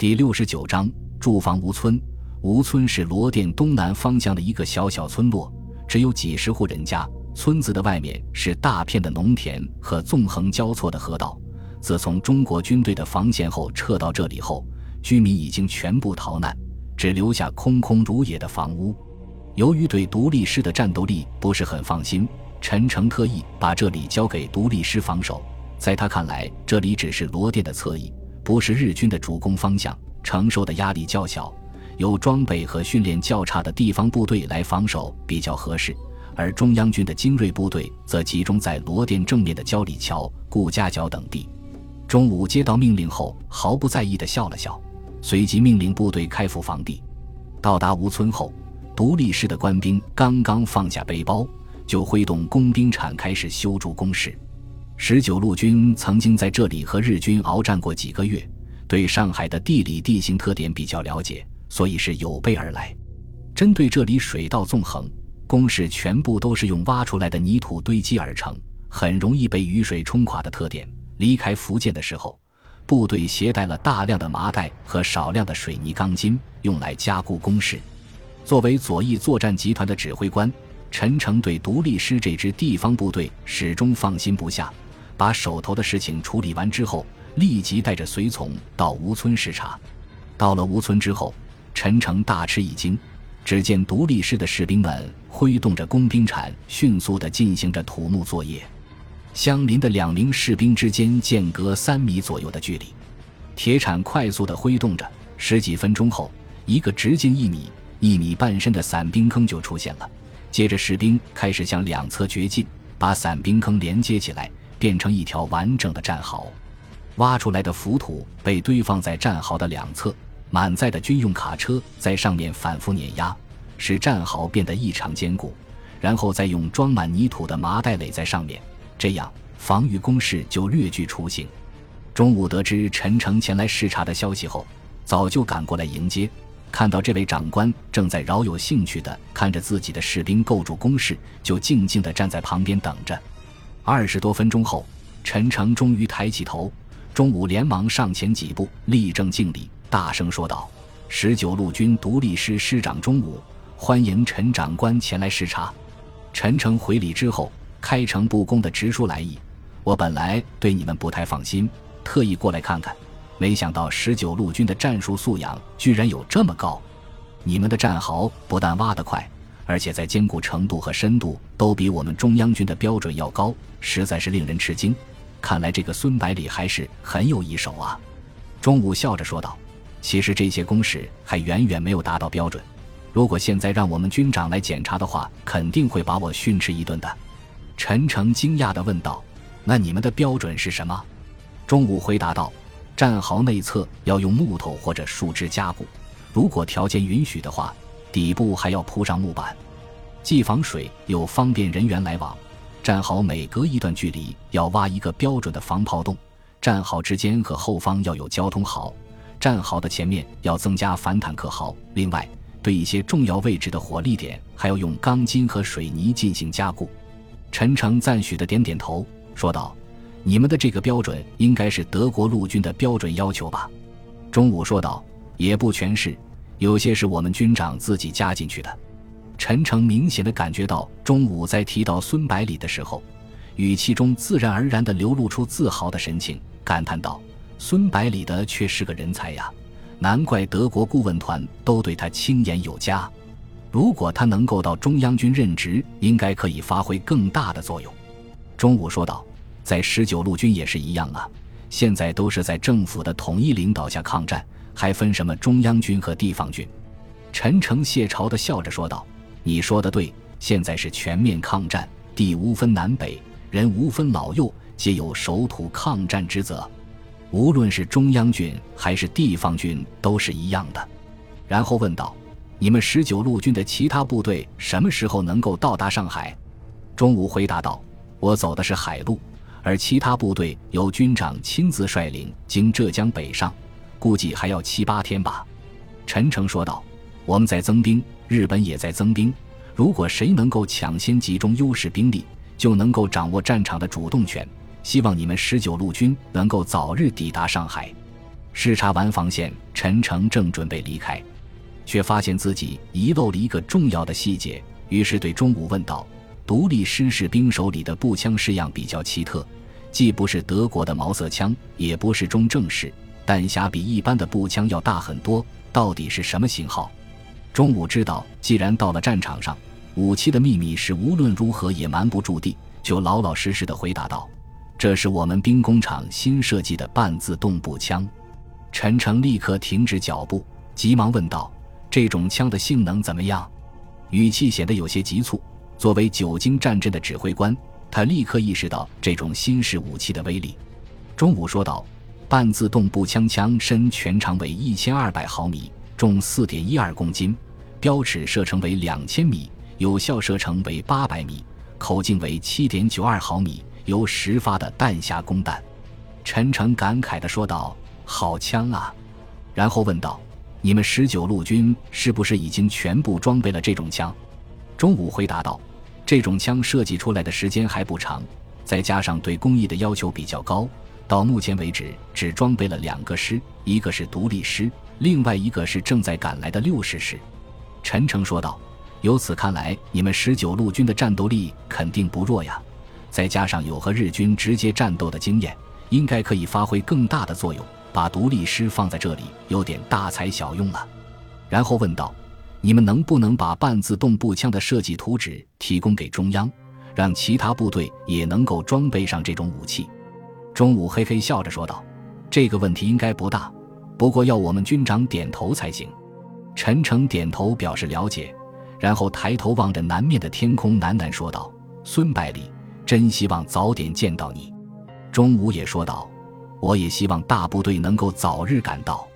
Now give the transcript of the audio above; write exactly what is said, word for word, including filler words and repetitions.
第六十九章驻防吴村。吴村是罗店东南方向的一个小小村落，只有几十户人家，村子的外面是大片的农田和纵横交错的河道。自从中国军队的防线后撤到这里后，居民已经全部逃难，只留下空空如也的房屋。由于对独立师的战斗力不是很放心，陈诚特意把这里交给独立师防守。在他看来，这里只是罗店的侧翼，不是日军的主攻方向，承受的压力较小，由装备和训练较差的地方部队来防守比较合适，而中央军的精锐部队则集中在罗店正面的焦里桥、顾家角等地。中午接到命令后，毫不在意地笑了笑，随即命令部队开赴防地。到达吴村后，独立师的官兵刚刚放下背包，就挥动工兵铲开始修筑工事。十九路军曾经在这里和日军鏖战过几个月，对上海的地理地形特点比较了解，所以是有备而来。针对这里水道纵横，工事全部都是用挖出来的泥土堆积而成，很容易被雨水冲垮的特点。离开福建的时候，部队携带了大量的麻袋和少量的水泥钢筋，用来加固工事。作为左翼作战集团的指挥官，陈诚对独立师这支地方部队始终放心不下，把手头的事情处理完之后，立即带着随从到吴村视察。到了吴村之后，陈诚大吃一惊，只见独立师的士兵们挥动着工兵铲，迅速地进行着土木作业。相邻的两名士兵之间间隔三米左右的距离，铁铲快速地挥动着，十几分钟后，一个直径一米、一米半深的散兵坑就出现了。接着士兵开始向两侧掘进，把散兵坑连接起来，变成一条完整的战壕。挖出来的浮土被堆放在战壕的两侧，满载的军用卡车在上面反复碾压，使战壕变得异常坚固，然后再用装满泥土的麻袋垒在上面，这样防御工事就略具雏形。中午得知陈诚前来视察的消息后，早就赶过来迎接，看到这位长官正在饶有兴趣地看着自己的士兵构筑工事，就静静地站在旁边等着。二十多分钟后，陈诚终于抬起头，中午连忙上前几步，立正敬礼，大声说道：十九路军独立师师长中午，欢迎陈长官前来视察。陈诚回礼之后，开诚布公地直抒来意：我本来对你们不太放心，特意过来看看，没想到十九路军的战术素养居然有这么高。你们的战壕不但挖得快，而且在坚固程度和深度都比我们中央军的标准要高，实在是令人吃惊。看来这个孙百里还是很有一手啊。中午笑着说道：其实这些工事还远远没有达到标准，如果现在让我们军长来检查的话，肯定会把我训斥一顿的。陈诚惊讶地问道：那你们的标准是什么？中午回答道：战壕内侧要用木头或者树枝加固，如果条件允许的话，底部还要铺上木板，既防水又方便人员来往。战壕每隔一段距离要挖一个标准的防炮洞，战壕之间和后方要有交通壕，战壕的前面要增加反坦克壕。另外，对一些重要位置的火力点还要用钢筋和水泥进行加固。陈诚赞许地点点头，说道：你们的这个标准应该是德国陆军的标准要求吧？中午说道：也不全是，有些是我们军长自己加进去的。陈诚明显地感觉到中午在提到孙百里的时候，语气中自然而然地流露出自豪的神情，感叹道：孙百里的却是个人才呀，难怪德国顾问团都对他青眼有加。如果他能够到中央军任职，应该可以发挥更大的作用。中午说道：在十九路军也是一样啊，现在都是在政府的统一领导下抗战，还分什么中央军和地方军？陈诚谢朝地笑着说道：你说得对，现在是全面抗战，地无分南北，人无分老幼，皆有守土抗战之责，无论是中央军还是地方军都是一样的。然后问道：你们十九路军的其他部队什么时候能够到达上海？中午回答道：我走的是海路，而其他部队由军长亲自率领经浙江北上，估计还要七八天吧。陈诚说道：我们在增兵，日本也在增兵，如果谁能够抢先集中优势兵力，就能够掌握战场的主动权，希望你们十九路军能够早日抵达上海。 视察完防线，陈诚正准备离开，却发现自己遗漏了一个重要的细节，于是对钟武问道：独立师士兵手里的步枪式样比较奇特，既不是德国的毛瑟枪，也不是中正式，弹匣比一般的步枪要大很多，到底是什么型号？钟武知道，既然到了战场上，武器的秘密是无论如何也瞒不住的，就老老实实地回答道：这是我们兵工厂新设计的半自动步枪。陈诚立刻停止脚步，急忙问道：这种枪的性能怎么样？语气显得有些急促。作为久经战阵的指挥官，他立刻意识到这种新式武器的威力。钟武说道：半自动步枪枪身全长为一千二百毫米，重 四点一二公斤，标尺射程为两千米，有效射程为八百米，口径为 七点九二毫米，由十发的弹匣供弹。陈诚感慨地说道：好枪啊！然后问道：你们十九路军是不是已经全部装备了这种枪？钟武回答道：这种枪设计出来的时间还不长，再加上对工艺的要求比较高，到目前为止只装备了两个师，一个是独立师，另外一个是正在赶来的六十师。陈诚说道：由此看来，你们十九路军的战斗力肯定不弱呀，再加上有和日军直接战斗的经验，应该可以发挥更大的作用，把独立师放在这里有点大材小用了。然后问道：你们能不能把半自动步枪的设计图纸提供给中央，让其他部队也能够装备上这种武器？钟武嘿嘿笑着说道：这个问题应该不大，不过要我们军长点头才行。陈诚点头表示了解，然后抬头望着南面的天空，喃喃说道：孙百里，真希望早点见到你。钟武也说道：我也希望大部队能够早日赶到。